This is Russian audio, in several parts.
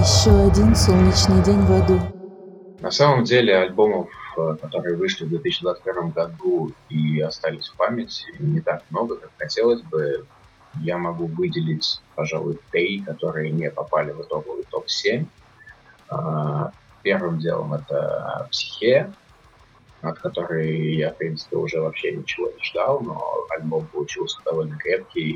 Еще один солнечный день в аду. На самом деле альбомов, которые вышли в 2021 году и остались в памяти, не так много, как хотелось бы. Я могу выделить, пожалуй, 3, которые не попали в итоговый топ-7. Первым делом это «Психея», от которой я, в принципе, уже вообще ничего не ждал, но альбом получился довольно крепкий,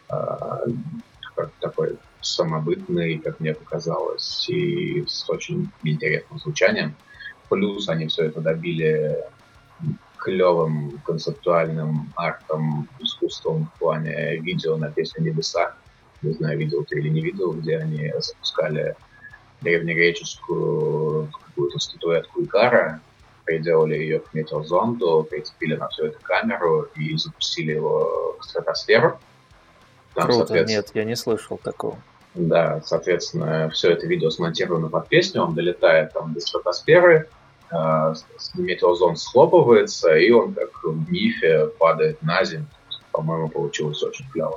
такой самобытный, как мне показалось, и с очень интересным звучанием. Плюс они все это добили клевым концептуальным артом, искусством в плане видео на песню «Небеса». Не знаю, видел ты или не видел, где они запускали древнегреческую какую-то статуэтку Икара, приделали ее к метеозонду, прицепили на все это камеру и запустили его в стратосферу. Там, круто, нет, я не слышал такого. Да, соответственно, все это видео смонтировано под песню, он долетает там до стратосферы, метеозонд схлопывается, и он как в мифе падает на землю. По-моему, получилось очень клево.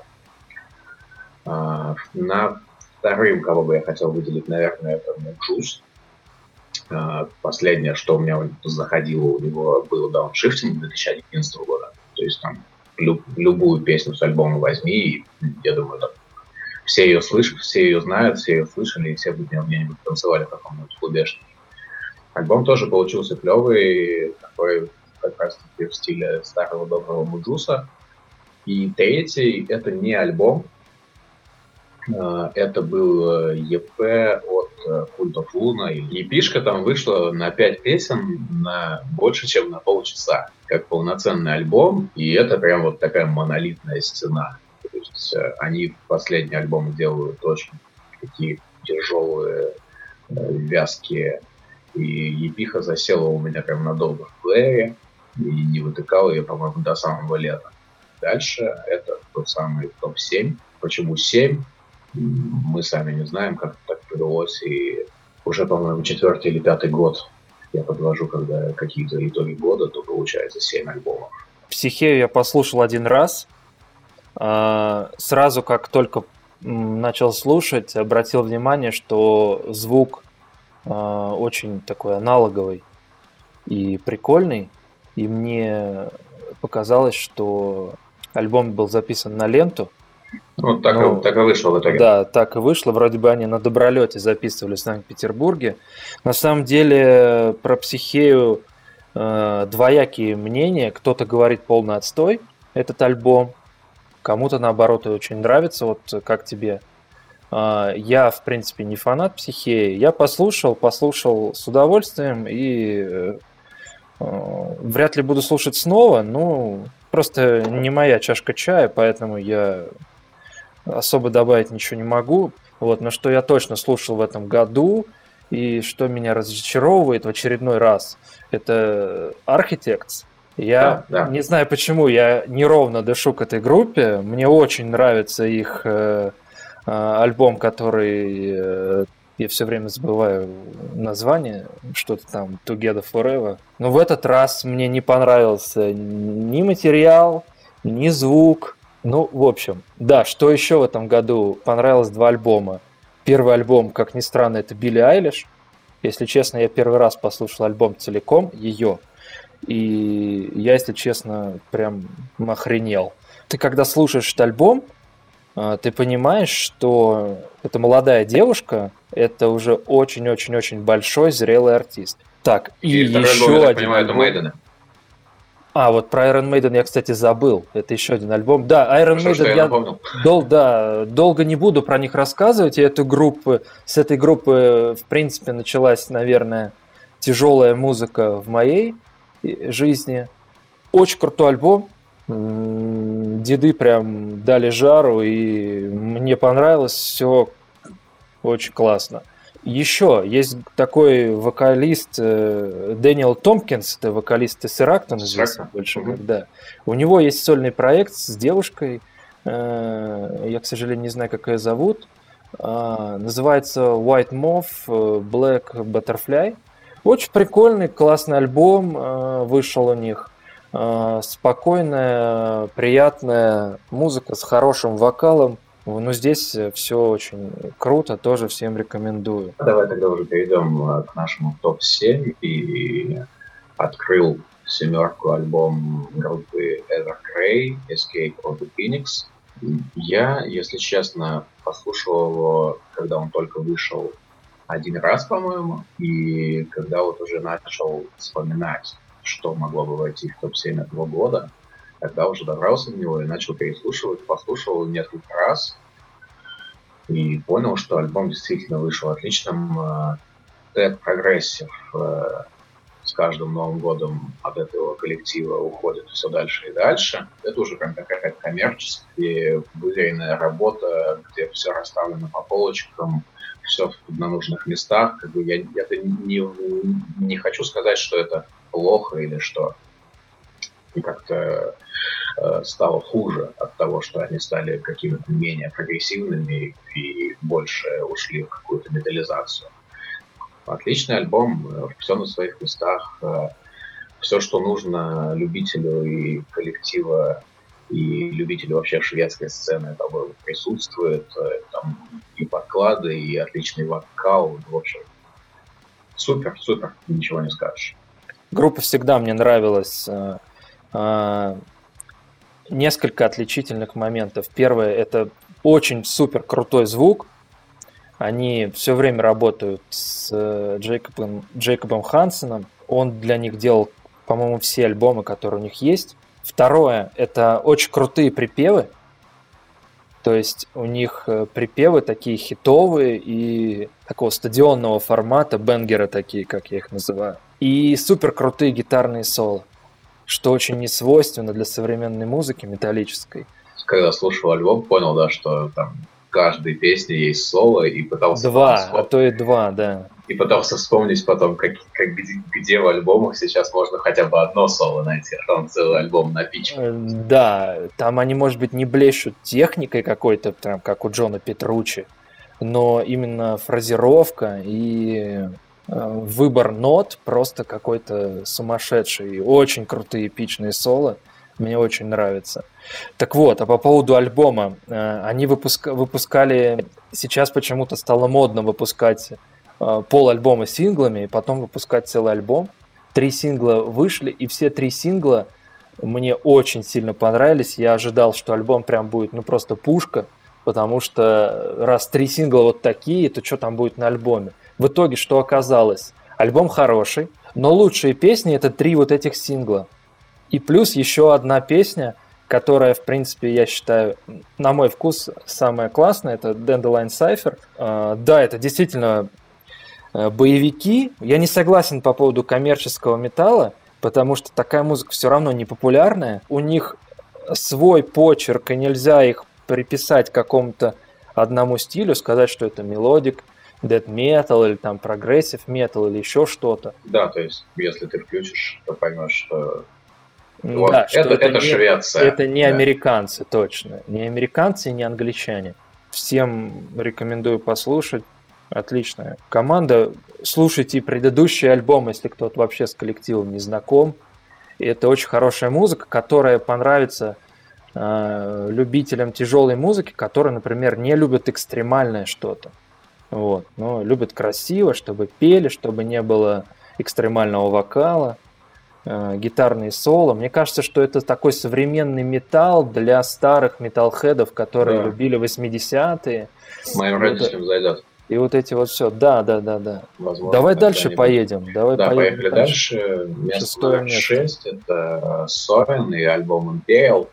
На вторым, кого бы я хотел выделить, наверное, это Муджус. Последнее, что у меня заходило у него, было дауншифтинг 2011 года. То есть там любую песню с альбома возьми, и я думаю, там, все ее слышат, все ее знают, все ее слышали, и все бы где-нибудь танцевали в каком-нибудь клубешке. Альбом тоже получился клевый, такой как раз-таки в стиле старого доброго Муджуса. И третий — это не альбом, это был EP от Cult of Luna. EP-шка там вышла на 5 песен на больше, чем на полчаса, как полноценный альбом, и это прям вот такая монолитная стена. То есть они последние альбомы делают очень такие тяжелые, вязкие, и EP-ха засела у меня прям надолго в плеере, и не вытыкал ее, по-моему, до самого лета. Дальше это тот самый топ-7. Почему 7? Мы сами не знаем, как так повелось, и уже, по-моему, 4-й или 5-й год я подвожу, когда какие-то итоги года, то получается 7 альбомов. «Психею» я послушал один раз. Сразу, как только начал слушать, обратил внимание, что звук очень такой аналоговый и прикольный, и мне показалось, что альбом был записан на ленту. Вот так и вышло в итоге. Да, так и вышло. Вроде бы они на добролете записывали в Санкт-Петербурге. На самом деле про «Психею» двоякие мнения. Кто-то говорит полный отстой этот альбом, кому-то наоборот очень нравится. Вот как тебе? Я, в принципе, не фанат «Психеи». Я послушал с удовольствием и вряд ли буду слушать снова. Ну, просто не моя чашка чая, поэтому я особо добавить ничего не могу. Вот, но что я точно слушал в этом году и что меня разочаровывает в очередной раз, это Architects. Я не знаю почему, я неровно дышу к этой группе. Мне очень нравится их альбом, который я все время забываю название, что-то там Together Forever. Но в этот раз мне не понравился ни материал, ни звук. Ну, в общем, да, что еще в этом году понравилось 2 альбома. Первый альбом, как ни странно, это Билли Айлиш. Если честно, я первый раз послушал альбом целиком, ее. И я, если честно, прям охренел. Ты когда слушаешь этот альбом, ты понимаешь, что эта молодая девушка, это уже очень-очень-очень большой, зрелый артист. Так, и еще один альбом. Вот про Iron Maiden я, кстати, забыл. Это еще один альбом. Да, Iron Maiden я долго не буду про них рассказывать. С этой группы, в принципе, началась, наверное, тяжелая музыка в моей жизни. Очень крутой альбом. Деды прям дали жару, и мне понравилось все очень классно. Еще есть такой вокалист Дэниел Томпкинс, это вокалист Tesseract, он известен больше. Да. У него есть сольный проект с девушкой, я, к сожалению, не знаю, как ее зовут. Называется White Moth Black Butterfly. Очень прикольный, классный альбом вышел у них. Спокойная, приятная музыка с хорошим вокалом. Но здесь все очень круто, тоже всем рекомендую. Давай тогда уже перейдем к нашему топ-7. И открыл семерку альбом группы Evergrey Escape of the Phoenix. Я, если честно, послушал его, когда он только вышел один раз, по-моему, и когда вот уже начал вспоминать, что могло бы войти в топ-7 этого года, тогда уже добрался до него и начал переслушивать, послушал несколько раз и понял, что альбом действительно вышел отличным. Dead Progressive с каждым Новым годом от этого коллектива уходит все дальше и дальше. Это уже прям такая коммерческая, выверенная работа, где все расставлено по полочкам, все на нужных местах. Как бы я это не хочу сказать, что это плохо или что как-то стало хуже от того, что они стали какими-то менее прогрессивными и больше ушли в какую-то металлизацию. Отличный альбом, все на своих местах, все, что нужно любителю и коллектива, и любителю вообще шведской сцены, там присутствует, там и подклады, и отличный вокал, в общем, супер, ничего не скажешь. Группа всегда мне нравилась. Несколько отличительных моментов. Первое, это очень супер крутой звук. Они все время работают с Джейкобом Хансеном. Он для них делал, по-моему, все альбомы, которые у них есть. Второе, это очень крутые припевы. То есть у них припевы такие хитовые и такого стадионного формата, бенгеры такие, как я их называю. И супер крутые гитарные соло, что очень несвойственно для современной музыки металлической. Когда слушал альбом, понял, да, что там в каждой песне есть соло, и пытался... А то и два, да. И пытался вспомнить потом, где в альбомах сейчас можно хотя бы одно соло найти, а там целый альбом напичкан. Да, там они, может быть, не блещут техникой какой-то, прям как у Джона Петруччи, но именно фразировка и выбор нот просто какой-то сумасшедший. Очень крутые эпичные соло. Мне очень нравится. Так вот, а по поводу альбома. Они выпускали... Сейчас почему-то стало модно выпускать пол-альбома синглами и потом выпускать целый альбом. 3 сингла вышли, и все 3 сингла мне очень сильно понравились. Я ожидал, что альбом прям будет просто пушка, потому что раз 3 сингла вот такие, то что там будет на альбоме? В итоге что оказалось? Альбом хороший, но лучшие песни это 3 вот этих сингла. И плюс еще одна песня, которая, в принципе, я считаю, на мой вкус, самая классная, это Dandelion Cypher. Да, это действительно боевики. Я не согласен по поводу коммерческого металла, потому что такая музыка все равно не популярная. У них свой почерк, и нельзя их приписать к какому-то одному стилю, сказать, что это мелодик, death metal или там progressive metal или еще что-то. Да, то есть, если ты включишь, то поймешь, что вот, да, это не, Швеция. Это не американцы, точно. Не американцы и не англичане. Всем рекомендую послушать. Отличная команда. Слушайте предыдущий альбом, если кто-то вообще с коллективом не знаком. И это очень хорошая музыка, которая понравится любителям тяжелой музыки, которые, например, не любят экстремальное что-то. Вот. Но любят красиво, чтобы пели, чтобы не было экстремального вокала, гитарные соло. Мне кажется, что это такой современный металл для старых металлхедов, которые любили 80-е. Моим родителям зайдет. И вот эти вот все. Да. Возможно, давай дальше поедем. Поехали дальше. Место 6 это Sorin и альбом Imperial.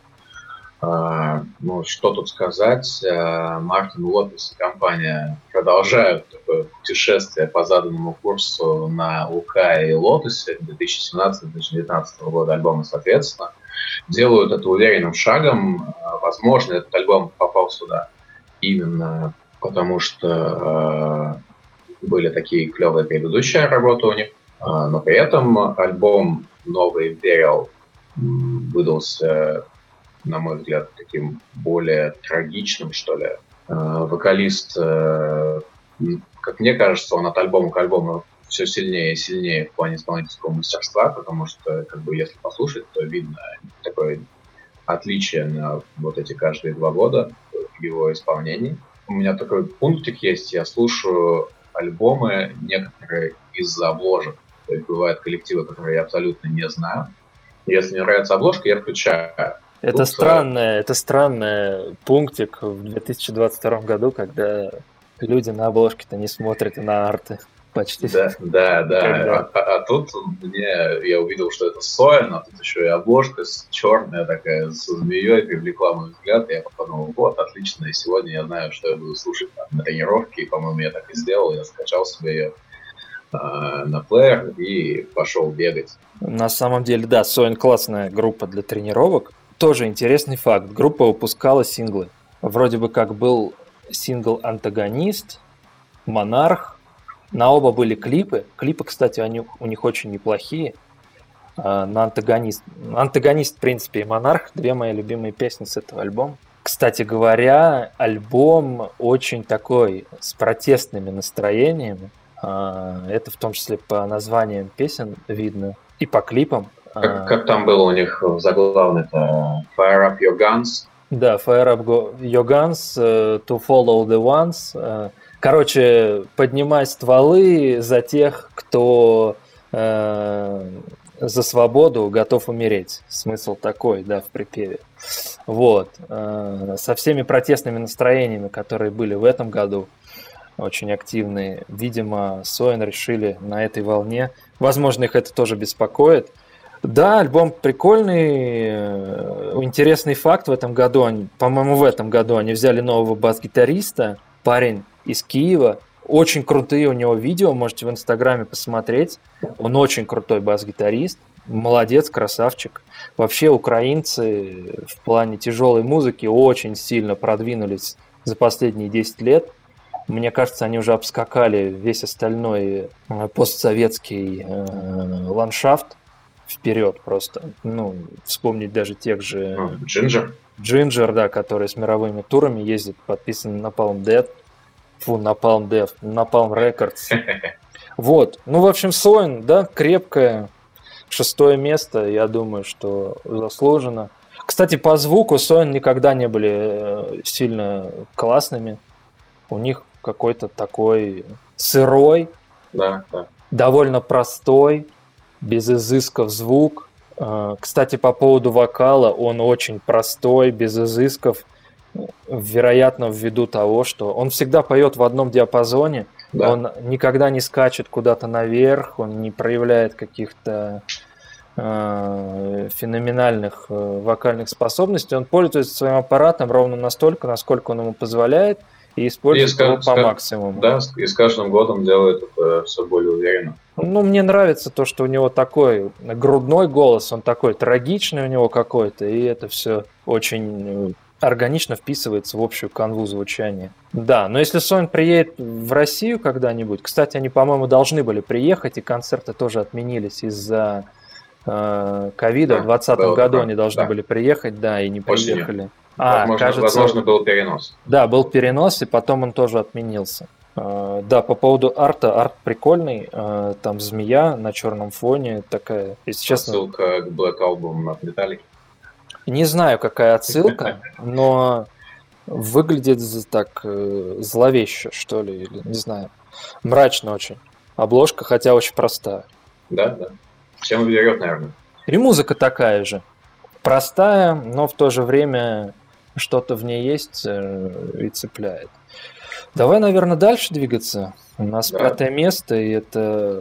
Что тут сказать? Мартин Лопес и компания продолжают такое путешествие по заданному курсу на УК и Лотосе 2017-2019 года альбома, соответственно. Делают это уверенным шагом. Возможно, этот альбом попал сюда именно потому, что были такие клевые предыдущие работы у них. Но при этом альбом новый Imperial выдался, на мой взгляд, таким более трагичным, что ли. Вокалист, как мне кажется, он от альбома к альбому все сильнее и сильнее в плане исполнительского мастерства, потому что, если послушать, то видно такое отличие на вот эти каждые 2 года. его исполнении. У меня такой пунктик есть, я слушаю альбомы некоторые из-за обложек. То есть бывают коллективы, которые я абсолютно не знаю. Если мне нравится обложка, я включаю. Это странный пунктик в 2022 году, когда люди на обложке-то не смотрят и на арты почти. Да. А тут я увидел, что это Соин, а тут еще и обложка черная такая, с змеей, привлекла мой взгляд, и я подумал, вот, отлично, и сегодня я знаю, что я буду слушать на тренировке, и, по-моему, я так и сделал, я скачал себе ее на плеер и пошел бегать. На самом деле, да, Соин классная группа для тренировок. Тоже интересный факт. Группа выпускала синглы. Вроде бы как был сингл «Антагонист», «Монарх». На оба были клипы. Клипы, кстати, у них очень неплохие. На «Антагонист». «Антагонист», в принципе, и «Монарх» — две мои любимые песни с этого альбома. Кстати говоря, альбом очень такой, с протестными настроениями. Это в том числе по названиям песен видно и по клипам. Как там было у них заглавное-то? Fire up your guns? Да, Fire up your guns, to follow the ones. Короче, поднимай стволы за тех, кто за свободу готов умереть. Смысл такой, да, в припеве. Вот. Со всеми протестными настроениями, которые были в этом году, очень активные. Видимо, Соин решили на этой волне. Возможно, их это тоже беспокоит. Да, альбом прикольный. Интересный факт в этом году. По-моему, в этом году они взяли нового бас-гитариста. Парень из Киева. Очень крутые у него видео. Можете в Инстаграме посмотреть. Он очень крутой бас-гитарист. Молодец, красавчик. Вообще украинцы в плане тяжелой музыки очень сильно продвинулись за последние 10 лет. Мне кажется, они уже обскакали весь остальной постсоветский ландшафт вперед просто. Ну, вспомнить даже тех же... Джинджер, да, который с мировыми турами ездит, подписан на Napalm Death. Napalm Records. Вот. Ну, в общем, Соин, да, крепкое. 6-е место, я думаю, что заслуженно. Кстати, по звуку Соин никогда не были сильно классными. У них какой-то такой сырой, да. довольно простой, без изысков звук. Кстати, по поводу вокала, он очень простой, без изысков, вероятно, ввиду того, что он всегда поет в одном диапазоне, да. Он никогда не скачет куда-то наверх, он не проявляет каких-то феноменальных вокальных способностей, он пользуется своим аппаратом ровно настолько, насколько он ему позволяет, и использует его по максимуму. Да, и с каждым годом делает это все более уверенно. Ну, мне нравится то, что у него такой грудной голос, он такой трагичный у него какой-то, и это все очень органично вписывается в общую канву звучания. Да, но если Соин приедет в Россию когда-нибудь, кстати, они, по-моему, должны были приехать, и концерты тоже отменились из-за ковида. В 2020 году они должны были приехать, да, и не приехали. Возможно, был перенос. Да, был перенос, и потом он тоже отменился. Да, по поводу арта, арт прикольный. Там змея на черном фоне такая, если честно. Отсылка к Black Album от Metallica. Не знаю, какая отсылка, но выглядит так зловеще, что ли, или не знаю. Мрачно очень. Обложка, хотя очень простая. Да. Всем берет, наверное. И музыка такая же. Простая, но в то же время что-то в ней есть и цепляет. Давай, наверное, дальше двигаться. У нас 5-е место, и это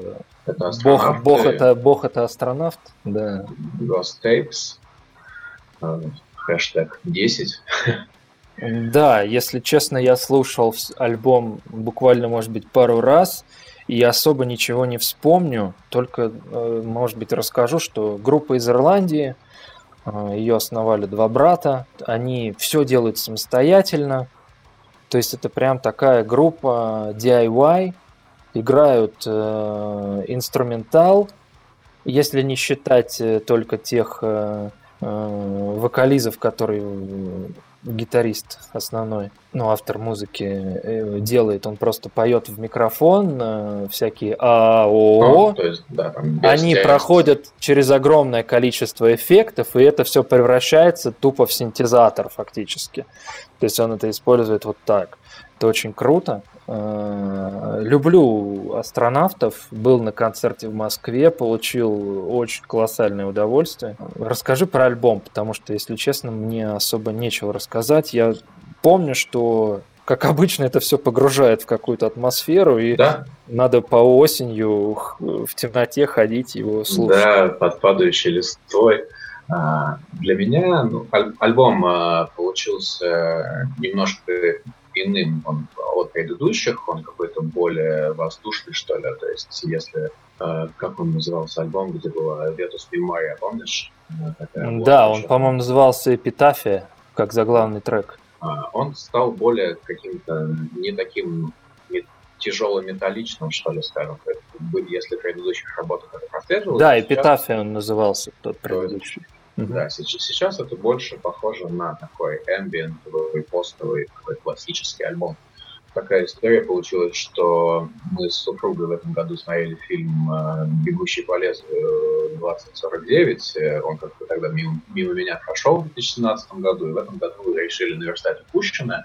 Бог это астронавт. Да. Ghost Tapes. Хэштег 10. Да, если честно, я слушал альбом буквально, может быть, пару раз, и особо ничего не вспомню. Только, может быть, расскажу, что группа из Ирландии, ее основали 2 брата, они все делают самостоятельно. То есть это прям такая группа DIY, играют инструментал, если не считать только тех вокализов, которые гитарист основной, ну, автор музыки, делает. Он просто поет в микрофон всякие АОО. То есть, да, там Они проходят через огромное количество эффектов, и это все превращается тупо в синтезатор фактически. То есть он это использует вот так. Это очень круто. Люблю астронавтов. Был на концерте в Москве, получил очень колоссальное удовольствие. Расскажи про альбом, потому что, если честно, мне особо нечего рассказать. Я помню, что, как обычно, это все погружает в какую-то атмосферу, и надо по осенью в темноте ходить его слушать. Да, под падающей листвой. Для меня альбом получился немножко иным от предыдущих, он какой-то более воздушный, что ли. То есть, если, как он назывался альбом, где была «Ветус Мемория», помнишь? Да, он, по-моему, назывался «Эпитафия», как заглавный трек. Он стал более каким-то не таким тяжело-металличным, что ли, скажем. Если в предыдущих работах это прослеживалось. Да, «Эпитафия» он назывался, тот предыдущий. Да, сейчас это больше похоже на такой эмбиентовый, постовый, такой классический альбом. Такая история получилась, что мы с супругой в этом году смотрели фильм «Бегущий по лезвию 2049». Он как-то тогда мимо меня прошел в 2017 году, и в этом году решили наверстать упущенное.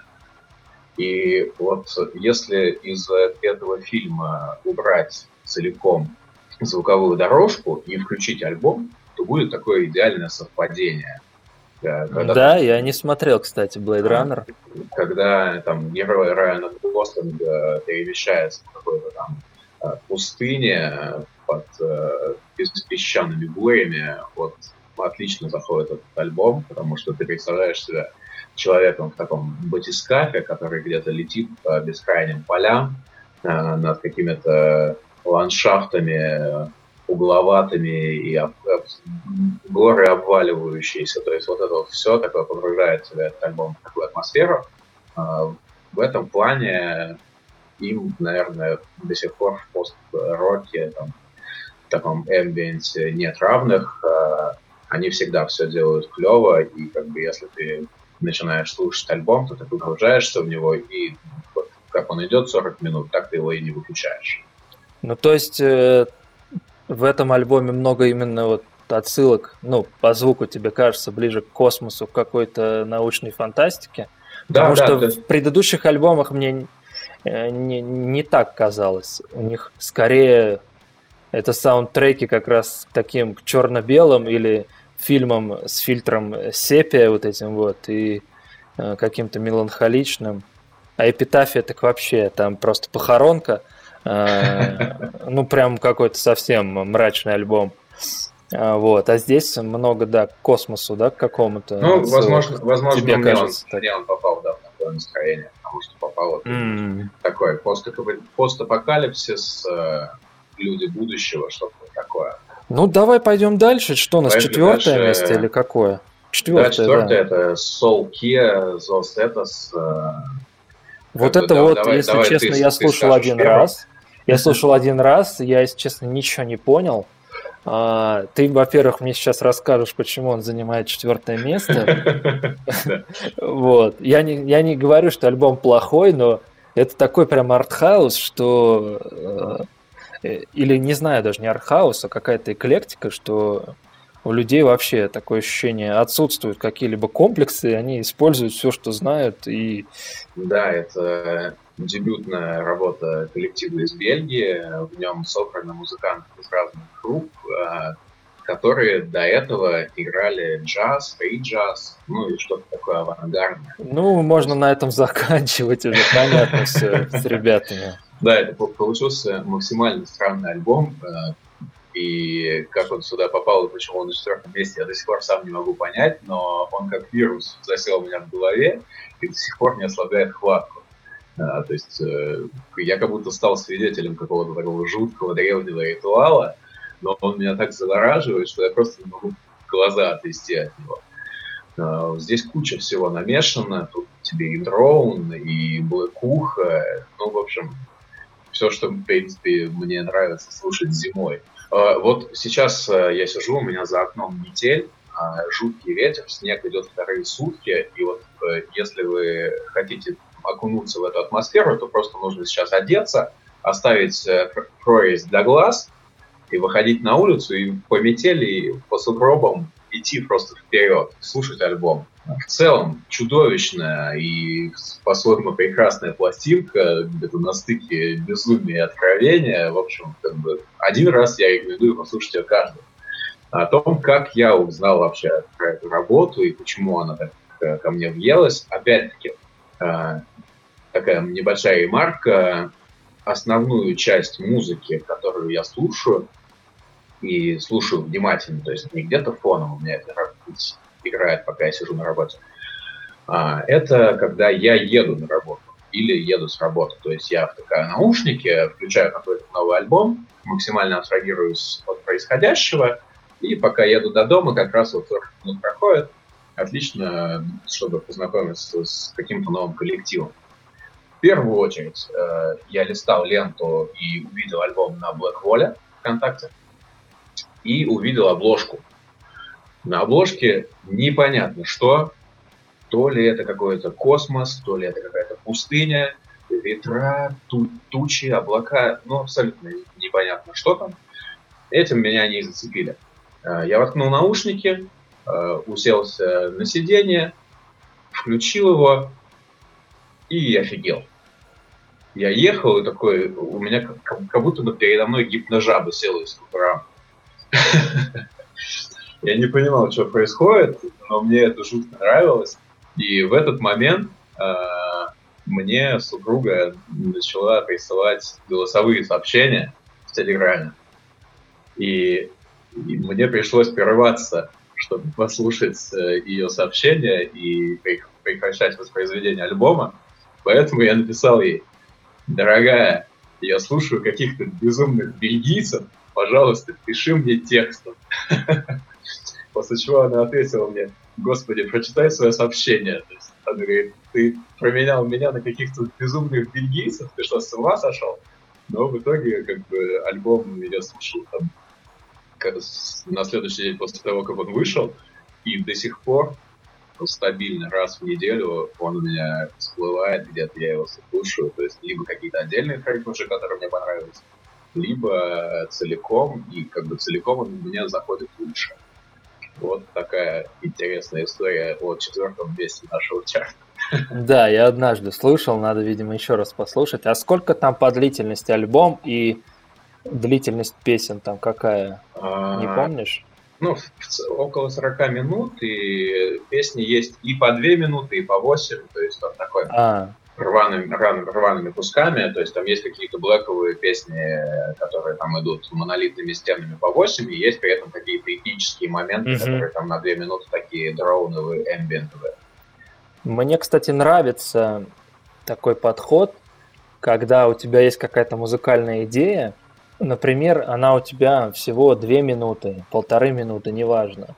И вот если из этого фильма убрать целиком звуковую дорожку и включить альбом, то будет такое идеальное совпадение. Да, я не смотрел, кстати, Blade Runner. Когда там герой Райана Гослинга перемещается в какой-то там пустыне под песчаными бурями, вот отлично заходит этот альбом, потому что ты представляешь себя человеком в таком батискафе, который где-то летит по бескрайним полям над какими-то ландшафтами угловатыми и горы обваливающиеся. То есть вот это вот все такое погружает тебя этот альбом в такую атмосферу. В этом плане им, наверное, до сих пор в пост-роке, в таком эмбиенте нет равных. Они всегда все делают клево, и как бы если ты начинаешь слушать альбом, то ты погружаешься в него, и вот, как он идет 40 минут, так ты его и не выключаешь. Ну, то есть в этом альбоме много именно вот отсылок, ну, по звуку тебе кажется ближе к космосу, к какой-то научной фантастике. Потому что в предыдущих альбомах мне не так казалось. У них скорее это саундтреки как раз к таким к черно-белым или фильмам с фильтром сепия вот этим вот и каким-то меланхоличным. А «Эпитафия» так вообще там просто похоронка. Ну, прям какой-то совсем мрачный альбом. Вот. А здесь много, да, к космосу, да, к какому-то. Ну, возможно, тебе кажется, мне он попал, да, в такое настроение, потому что попал такой постапокалипсис, люди будущего, что-то такое. Ну, давай пойдем дальше. Что у нас, четвертое место или какое? Четвертое это Soul Key, Zos Etos. Вот это вот, если честно, я слушал один раз. Я, если честно, ничего не понял. Ты, во-первых, мне сейчас расскажешь, почему он занимает 4 место. Вот. Я не говорю, что альбом плохой, но это такой прям артхаус, что... Или, не знаю, даже не артхаус, а какая-то эклектика, что у людей вообще такое ощущение, отсутствуют какие-либо комплексы, они используют все, что знают. И... Да, это дебютная работа коллектива из Бельгии. В нем собраны музыканты из разных групп, которые до этого играли джаз, фри-джаз, ну и что-то такое авангардное. Ну, можно на этом заканчивать уже, понятно все с ребятами. Да, это получился максимально странный альбом. И как он сюда попал и почему он на 4 месте, я до сих пор сам не могу понять, но он как вирус засел у меня в голове и до сих пор не ослабляет хватку. То есть я как будто стал свидетелем какого-то такого жуткого древнего ритуала, но он меня так завораживает, что я просто не могу глаза отвести от него. Здесь куча всего намешано, тут тебе и дроун, и блэкуха, ну, в общем, все, что, в принципе, мне нравится слушать зимой. Вот сейчас я сижу, у меня за окном метель, жуткий ветер, снег идет вторые сутки, и вот если вы хотите окунуться в эту атмосферу, то просто нужно сейчас одеться, оставить прорезь для глаз и выходить на улицу, и по метели, и по сугробам идти просто вперед, слушать альбом. В целом чудовищная и по-своему прекрасная пластинка, где-то на стыке безумия и откровения. В общем, как бы один раз я рекомендую послушать ее каждому. О том, как я узнал вообще про эту работу и почему она так ко мне въелась. Опять-таки, такая небольшая ремарка. Основную часть музыки, которую я слушаю, и слушаю внимательно, то есть не где-то фоном у меня это играет, пока я сижу на работе, это когда я еду на работу или еду с работы. То есть я втыкаю наушники, включаю какой-то новый альбом, максимально абстрагируюсь от происходящего, и пока еду до дома, как раз вот 40 минут проходит, отлично, чтобы познакомиться с каким-то новым коллективом. В первую очередь я листал ленту и увидел альбом на Black Wall ВКонтакте и увидел обложку. На обложке непонятно что, то ли это какой-то космос, то ли это какая-то пустыня, ветра, тучи, облака, абсолютно непонятно что там. Этим меня не зацепили. Я воткнул наушники, уселся на сиденье, включил его и офигел. Я ехал и такой, у меня как будто бы передо мной гипножаба села из купора. Я не понимал, что происходит, но мне это жутко нравилось. И в этот момент мне супруга начала присылать голосовые сообщения в Телеграме. И мне пришлось прерваться, чтобы послушать ее сообщения и прекращать воспроизведение альбома. Поэтому я написал ей: дорогая, я слушаю каких-то безумных бельгийцев, пожалуйста, пиши мне текстом. После чего она ответила мне: Господи, прочитай свое сообщение. То есть, она говорит: ты променял меня на каких-то безумных бельгийцев, ты что, с ума сошел? Но в итоге, альбом я слушал там на следующий день после того, как он вышел, и до сих пор стабильно раз в неделю он у меня всплывает, где-то я его слушаю, то есть либо какие-то отдельные треки уже, которые мне понравились, либо целиком, и целиком он мне заходит лучше. Вот такая интересная история о 4-м месте нашего чарта. Да, я однажды слушал, надо, видимо, еще раз послушать. А сколько там по длительности альбом и длительность песен там какая? Не помнишь? Около 40 минут, и песни есть и по 2 минуты, и по 8, то есть там такой рваными кусками, то есть там есть какие-то блэковые песни, которые там идут монолитными стенами по 8, и есть при этом какие-то эпические моменты, которые там на 2 минуты такие дроуновые, эмбиентовые. Мне, кстати, нравится такой подход, когда у тебя есть какая-то музыкальная идея, например, она у тебя всего 2 минуты, 1,5 минуты, неважно.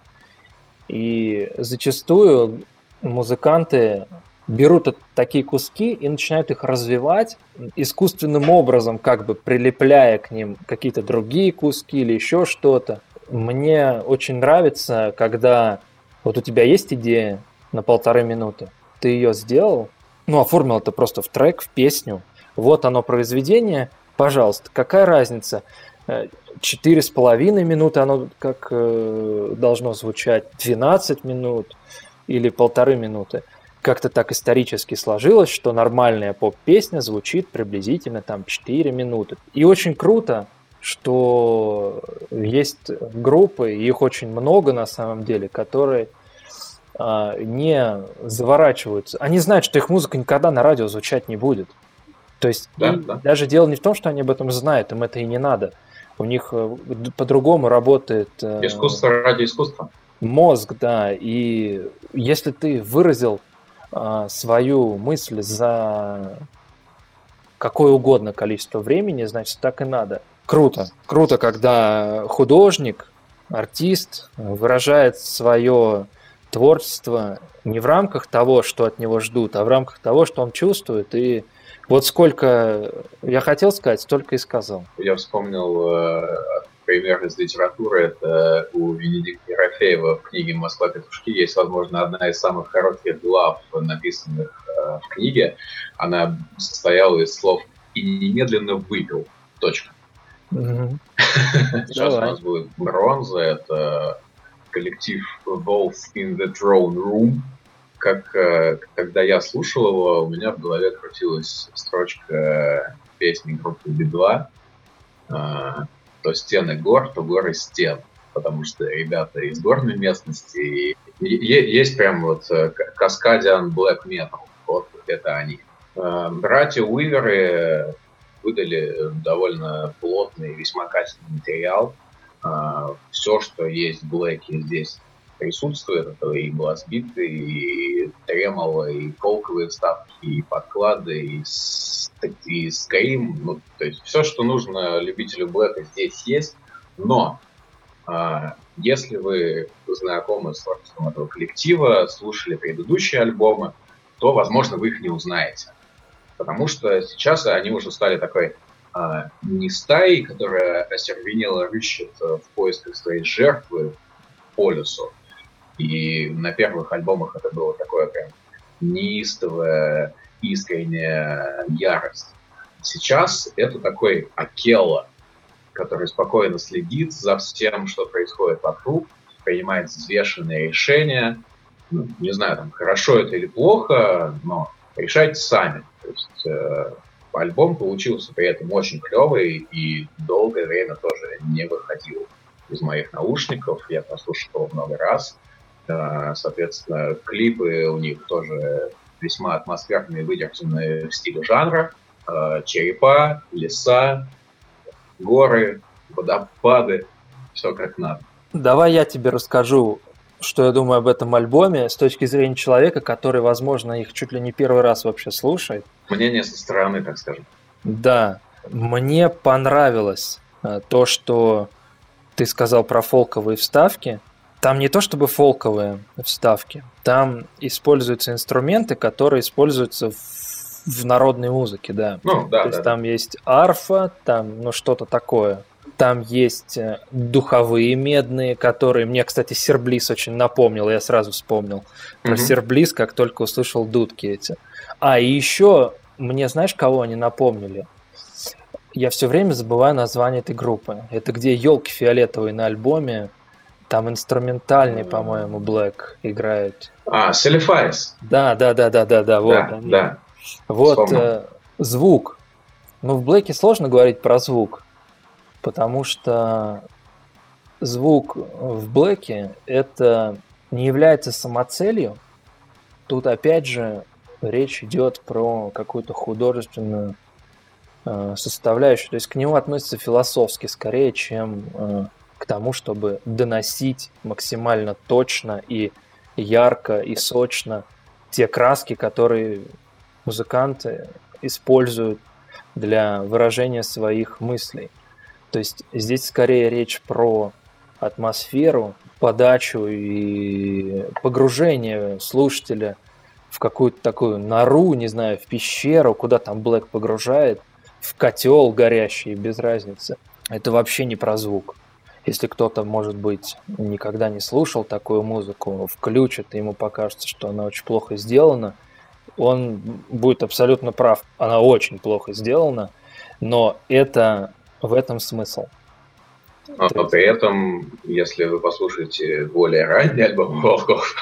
И зачастую музыканты берут такие куски и начинают их развивать искусственным образом, прилепляя к ним какие-то другие куски или еще что-то. Мне очень нравится, когда вот у тебя есть идея на 1,5 минуты, ты ее сделал, оформил это просто в трек, в песню, вот оно произведение, пожалуйста, какая разница, 4,5 минуты оно должно звучать, 12 минут или 1,5 минуты. Как-то так исторически сложилось, что нормальная поп-песня звучит приблизительно 4 минуты. И очень круто, что есть группы, их очень много на самом деле, которые не заворачиваются. Они знают, что их музыка никогда на радио звучать не будет. То есть даже дело не в том, что они об этом знают, им это и не надо. У них по-другому работает... Искусство ради искусства. Мозг, да. И если ты выразил свою мысль за какое угодно количество времени, значит, так и надо. Круто. Круто, когда художник, артист выражает свое творчество не в рамках того, что от него ждут, а в рамках того, что он чувствует. И вот сколько я хотел сказать, столько и сказал. Я вспомнил пример из литературы. Это у Венедикта Ерофеева в книге «Москва-петушки» есть, возможно, одна из самых коротких глав, написанных в книге. Она состояла из слов «и немедленно выпил». Точка. Сейчас у нас будет бронза. Это коллектив Wolf in the Throne Room. Когда я слушал его, у меня в голове крутилась строчка песни группы Би-2. То стены гор, то горы стен. Потому что ребята из горной местности. Есть прям вот Cascadian Black Metal. Вот это они. Братья Уиверы выдали довольно плотный, весьма качественный материал. Все, что есть в Блэке, здесь присутствует. Это и бластбиты, и тремоло, и фолковые вставки, и подклады, и скрим. Ну, то есть все, что нужно любителю Блэка, здесь есть. Но если вы знакомы с творчеством этого коллектива, слушали предыдущие альбомы, то, возможно, вы их не узнаете. Потому что сейчас они уже стали такой не стаей, которая остервенело рыщет в поисках своей жертвы по лесу. И на первых альбомах это было такое прям неистовая, искренняя ярость. Сейчас это такой Акелла, который спокойно следит за всем, что происходит вокруг, принимает взвешенные решения. Ну, не знаю, там, хорошо это или плохо, но решайте сами. То есть альбом получился при этом очень клевый и долгое время тоже не выходил из моих наушников. Я послушал его много раз. Соответственно, клипы у них тоже весьма атмосферные, выдержанные в стиле жанра. Черепа, леса, горы, водопады, все как надо. Давай я тебе расскажу, что я думаю об этом альбоме с точки зрения человека, который, возможно, их чуть ли не первый раз вообще слушает. Мнение со стороны, так скажем. Да, мне понравилось то, что ты сказал про фолковые вставки. Там не то чтобы фолковые вставки, там используются инструменты, которые используются в народной музыке, да. Ну, да, то есть да. Там есть арфа, там, что-то такое. Там есть духовые медные, которые... Мне, кстати, Серблис очень напомнил, я сразу вспомнил про Серблис, как только услышал дудки эти. И еще мне, знаешь, кого они напомнили? Я все время забываю название этой группы. Это где елки фиолетовые на альбоме. Там инструментальный, по-моему, Блэк играет. Селифайс. Да, вот. Да. Вот звук. В Блэке сложно говорить про звук, потому что звук в Блэке это не является самоцелью. Тут опять же речь идет про какую-то художественную составляющую. То есть к нему относится философски скорее, чем к тому, чтобы доносить максимально точно и ярко и сочно те краски, которые музыканты используют для выражения своих мыслей. То есть здесь скорее речь про атмосферу, подачу и погружение слушателя в какую-то такую нору, не знаю, в пещеру, куда там Блэк погружает, в котел горящий, без разницы. Это вообще не про звук. Если кто-то, может быть, никогда не слушал такую музыку, включит, и ему покажется, что она очень плохо сделана, он будет абсолютно прав. Она очень плохо сделана, но это в этом смысл. Но при этом, если вы послушаете более ранний альбом Волков...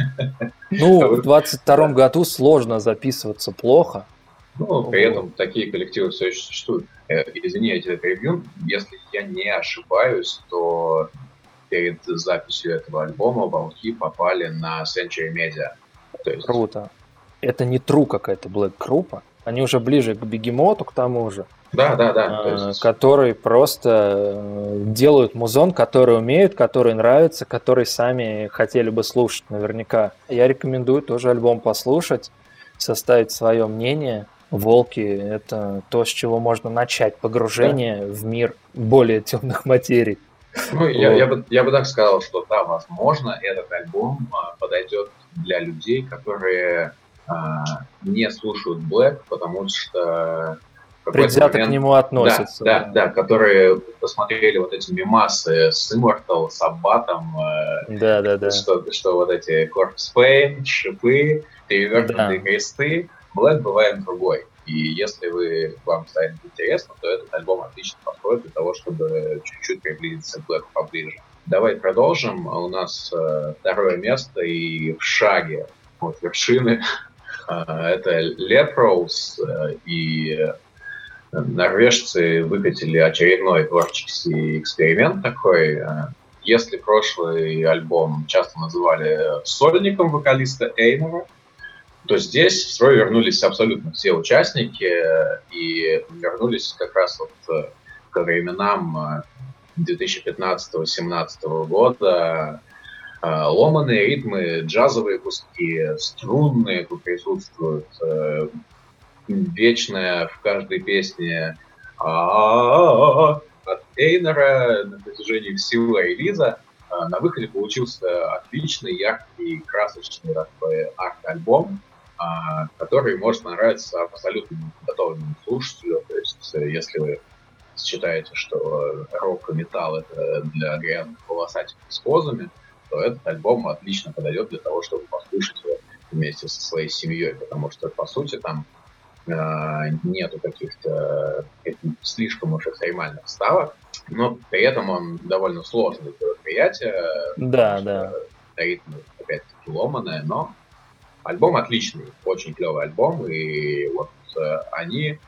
в 22-м году сложно записываться плохо. При этом такие коллективы все еще существуют. Извини, я тебя перебью. Если я не ошибаюсь, то перед записью этого альбома Волки попали на Century Media. То есть... Круто. Это не true какая-то Блэк-группа. Они уже ближе к Бегемоту, к тому же. Да. Которые просто делают музон, который умеют, который нравится, который сами хотели бы слушать наверняка. Я рекомендую тоже альбом послушать, составить свое мнение. Волки — это то, с чего можно начать погружение в мир более темных материй. Я бы так сказал, что да, возможно, этот альбом подойдет для людей, которые не слушают Блэк, потому что предвзято к нему относятся. Да, которые посмотрели вот эти мемасы с Immortal, с Аббатом, что вот эти Corpse Paint, шипы, перевернутые кресты, Black бывает другой. И если вам станет интересно, то этот альбом отлично подходит для того, чтобы чуть-чуть приблизиться к Black поближе. Давай продолжим. У нас второе место и в шаге от вершины. Это Leprous, и норвежцы выкатили очередной творческий эксперимент такой. Если прошлый альбом часто называли сольником вокалиста Эйнора, то здесь в строй вернулись абсолютно все участники и вернулись как раз вот к временам 2015-2017 года. Ломаные ритмы, джазовые куски, струнные тут присутствуют, вечная в каждой песне от Эйнора на протяжении всего релиза. На выходе получился отличный, яркий, красочный такой арт-альбом, который может понравиться абсолютно готовому слушателю. То есть, если вы считаете, что рок и металл — это для грязных волосатиков с позами, то этот альбом отлично подойдет для того, чтобы послушать его вместе со своей семьей, потому что, по сути, там нету каких-то слишком уж экстремальных вставок, но при этом он довольно сложный для восприятия. Да. Ритмы, опять-таки, ломаные, но альбом отличный, очень клевый альбом, и вот они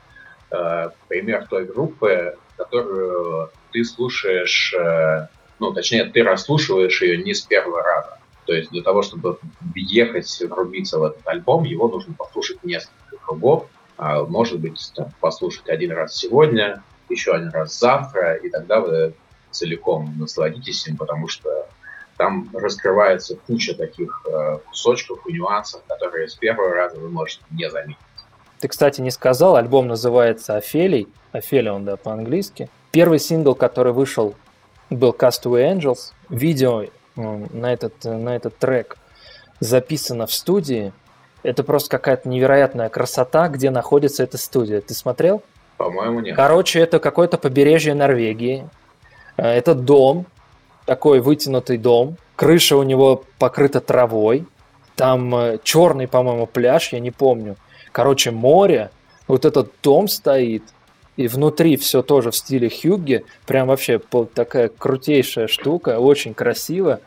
пример той группы, которую ты слушаешь, точнее, ты расслушиваешь ее не с первого раза. То есть для того, чтобы въехать, врубиться в этот альбом, его нужно послушать несколько кругов, может быть, послушать один раз сегодня, еще один раз завтра, и тогда вы целиком насладитесь им, потому что там раскрывается куча таких кусочков и нюансов, которые с первого раза вы можете не заметить. Ты, кстати, не сказал, альбом называется «Офелий». «Офелион», да, по-английски. Первый сингл, который вышел, был «Castaway Angels». Видео на этот трек записано в студии. Это просто какая-то невероятная красота, где находится эта студия. Ты смотрел? По-моему, нет. Короче, это какое-то побережье Норвегии. Это дом, такой вытянутый дом. Крыша у него покрыта травой. Там черный, по-моему, пляж, я не помню. Короче, море. Вот этот дом стоит. И внутри все тоже в стиле Хьюгге. Прям вообще такая крутейшая штука. Очень красиво.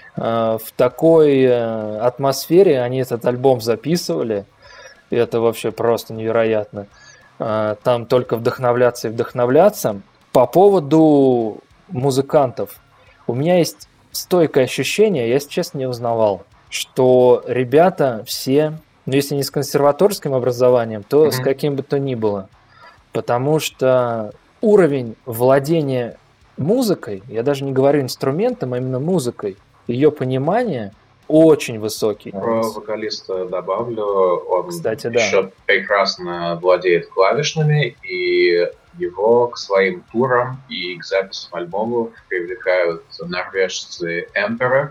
В такой атмосфере они этот альбом записывали. И это вообще просто невероятно. Там только вдохновляться и вдохновляться. По поводу музыкантов. У меня есть стойкое ощущение, я, если честно, не узнавал, что ребята все, если не с консерваторским образованием, то с каким бы то ни было. Потому что уровень владения музыкой, я даже не говорю инструментом, а именно музыкой, ее понимание очень высокий. Про вокалиста добавлю, он, кстати, еще прекрасно владеет клавишными, и его к своим турам и к записям альбомов привлекают норвежцы Emperor.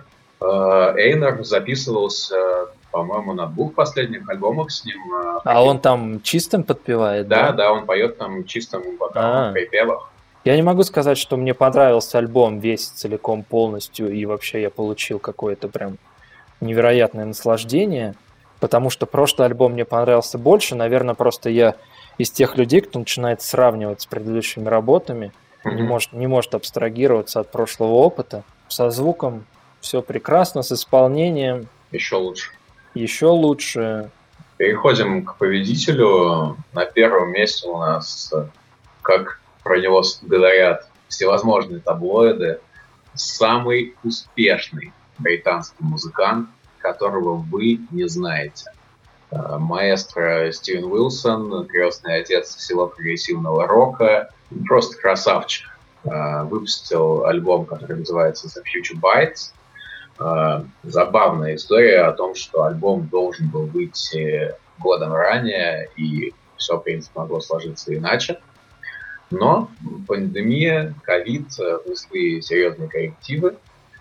Эйнор записывался, по-моему, на 2 последних альбомах с ним. А он там чистым подпевает? Да, он поет там чистым вокалом в припевах. Я не могу сказать, что мне понравился альбом весь целиком полностью, и вообще я получил какое-то прям невероятное наслаждение, потому что прошлый альбом мне понравился больше. Наверное, просто я из тех людей, кто начинает сравнивать с предыдущими работами, не может абстрагироваться от прошлого опыта. Со звуком все прекрасно, с исполнением еще лучше. Еще лучше. Переходим к победителю. На первом месте у нас, как про него говорят всевозможные таблоиды, самый успешный британский музыкант, которого вы не знаете. Маэстро Стивен Уилсон, крестный отец всего прогрессивного рока, просто красавчик. Выпустил альбом, который называется The Future Bites. Забавная история о том, что альбом должен был выйти годом ранее, и все, в принципе, могло сложиться иначе. Но пандемия, ковид внесли серьезные коррективы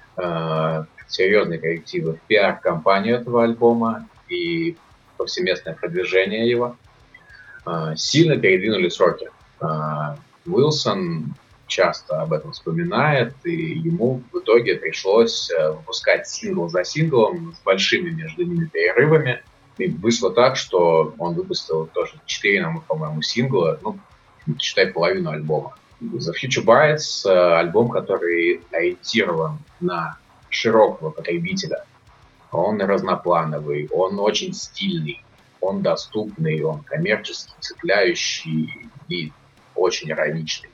в пиар-компанию этого альбома и повсеместное продвижение его. сильно передвинули сроки. Уилсон часто об этом вспоминает, и ему в итоге пришлось выпускать сингл за синглом с большими между ними перерывами. И вышло так, что он выпустил тоже 4, по-моему, сингла, считай, половину альбома. The Future Bites — альбом, который ориентирован на широкого потребителя. Он разноплановый, он очень стильный, он доступный, он коммерчески цепляющий и очень ироничный.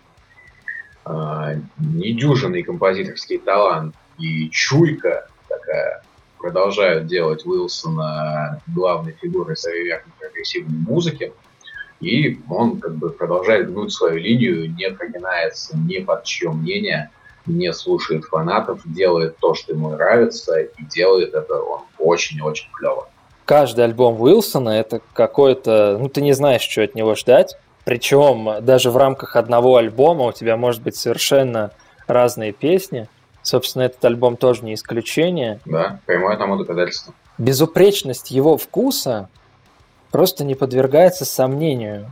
Недюжинный композиторский талант и чуйка такая продолжают делать Уилсона главной фигурой современной прогрессивной музыки. И он продолжает гнуть свою линию, не прогинается ни под чье мнение, не слушает фанатов, делает то, что ему нравится, и делает это он очень-очень клево. Каждый альбом Уилсона — это какой-то... ты не знаешь, что от него ждать. Причем даже в рамках одного альбома у тебя может быть совершенно разные песни. Собственно, этот альбом тоже не исключение. Да, прямое тому доказательство. Безупречность его вкуса просто не подвергается сомнению.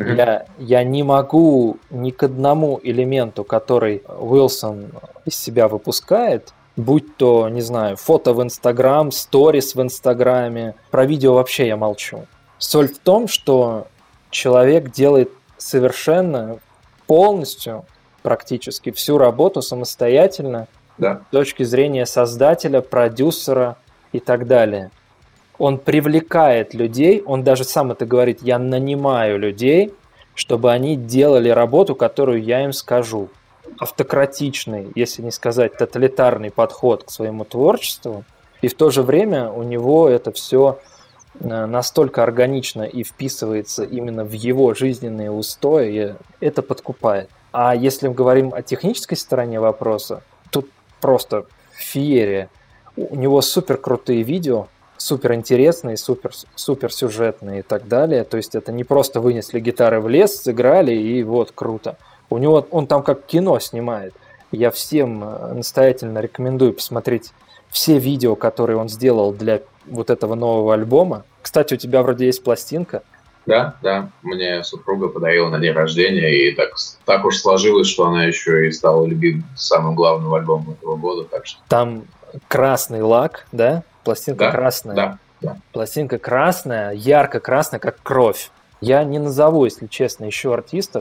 Я не могу ни к одному элементу, который Уилсон из себя выпускает, будь то, не знаю, фото в Инстаграм, сторис в Инстаграме, про видео вообще я молчу. Соль в том, что человек делает совершенно полностью, практически всю работу самостоятельно, да, с точки зрения создателя, продюсера и так далее. Он привлекает людей, он даже сам это говорит: я нанимаю людей, чтобы они делали работу, которую я им скажу. Автократичный, если не сказать тоталитарный подход к своему творчеству, и в то же время у него это все настолько органично и вписывается именно в его жизненные устои, это подкупает. А если мы говорим о технической стороне вопроса, тут просто феерия. У него супер крутые видео, супер интересные, супер сюжетные и так далее. То есть это не просто вынесли гитары в лес, сыграли и вот круто. У него он там как кино снимает. Я всем настоятельно рекомендую посмотреть все видео, которые он сделал для вот этого нового альбома. Кстати, у тебя вроде есть пластинка. Да, мне супруга подарила на день рождения, и так уж сложилось, что она еще и стала любимым самым главным альбомом этого года. Так что... Там красный лак, да? Пластинка красная. Да. Пластинка красная, ярко-красная, как кровь. Я не назову, если честно, еще артистов,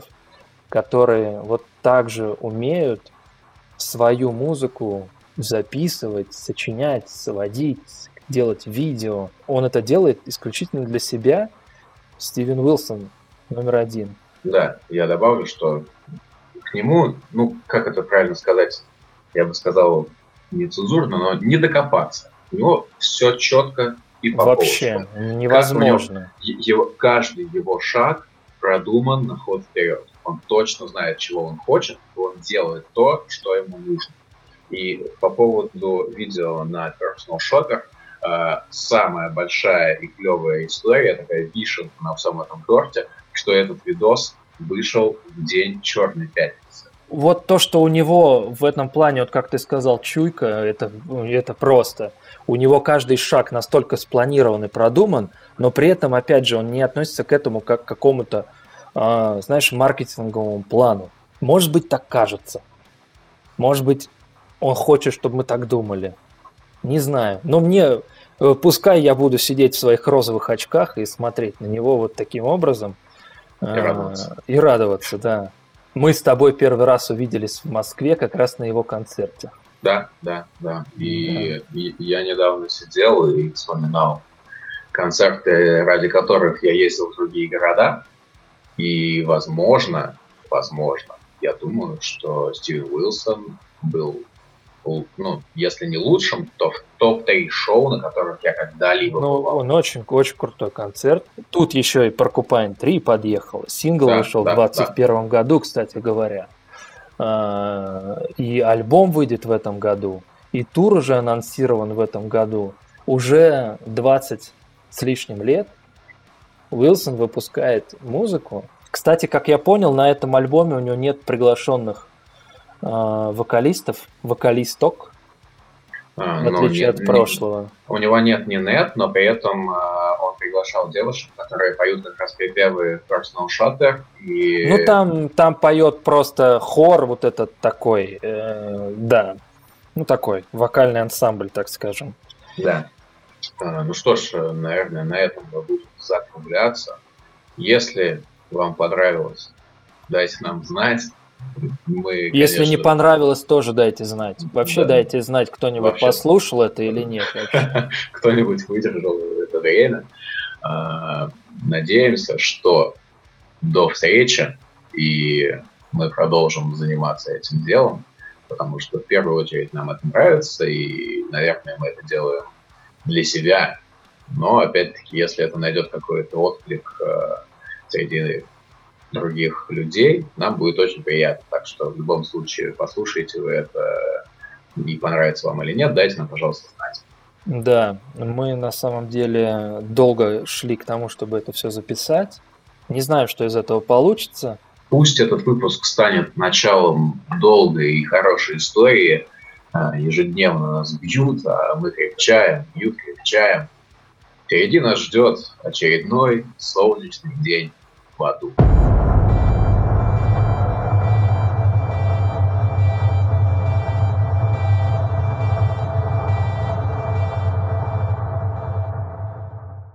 которые вот так же умеют свою музыку записывать, сочинять, сводить, делать видео. Он это делает исключительно для себя. Стивен Уилсон номер 1. Да, я добавлю, что к нему, как это правильно сказать, я бы сказал нецензурно, но не докопаться. У него все четко и по Вообще невозможно. Каждый его шаг продуман на ход вперед. Он точно знает, чего он хочет, и он делает то, что ему нужно. И по поводу видео на Personal Shopper, самая большая и клевая история, такая вишенка на всем этом торте, что этот видос вышел в день Черной пятницы. Вот то, что у него в этом плане, вот как ты сказал, чуйка, это просто. У него каждый шаг настолько спланирован и продуман, но при этом, опять же, он не относится к этому как к какому-то, маркетинговому плану. Может быть, так кажется. Может быть, он хочет, чтобы мы так думали. Не знаю. Но пускай я буду сидеть в своих розовых очках и смотреть на него вот таким образом. И радоваться, да. Мы с тобой первый раз увиделись в Москве как раз на его концерте. Да. И я недавно сидел и вспоминал концерты, ради которых я ездил в другие города. И, возможно, я думаю, что Стивен Уилсон был, если не лучшим, то в топ-3 шоу, на которых я когда-либо бывал. Он очень крутой концерт. Тут еще и Porcupine 3 подъехал. Сингл вышел в 2021 году, кстати говоря. И альбом выйдет в этом году. И тур уже анонсирован в этом году. Уже 20 с лишним лет Уилсон выпускает музыку. Кстати, как я понял, на этом альбоме у него нет приглашенных вокалисток. в отличие от прошлого. У него нет ни нет, но при этом он приглашал девушек, которые поют как раз припевы Personal Shopper. И... Ну, там поет просто хор вот этот такой, да, ну, такой вокальный ансамбль, так скажем. Да. Ну что ж, наверное, на этом мы будем закругляться. Если вам понравилось, дайте нам знать. Мы, Если конечно, не понравилось, тоже дайте знать. Вообще да. Дайте знать, кто-нибудь Вообще. послушал это или нет. Вообще. Кто-нибудь выдержал это время. Надеемся, что до встречи, и мы продолжим заниматься этим делом, потому что в первую очередь нам это нравится, и, наверное, мы это делаем для себя. Но, опять-таки, если это найдет какой-то отклик среди других людей, нам будет очень приятно. Так что в любом случае послушайте вы это, и понравится вам или нет, дайте нам, пожалуйста, знать. Да, мы на самом деле долго шли к тому, чтобы это все записать. Не знаю, что из этого получится. Пусть этот выпуск станет началом долгой и хорошей истории. Ежедневно нас бьют, а мы крепчаем, бьют, крепчаем. Впереди нас ждет очередной солнечный день в аду.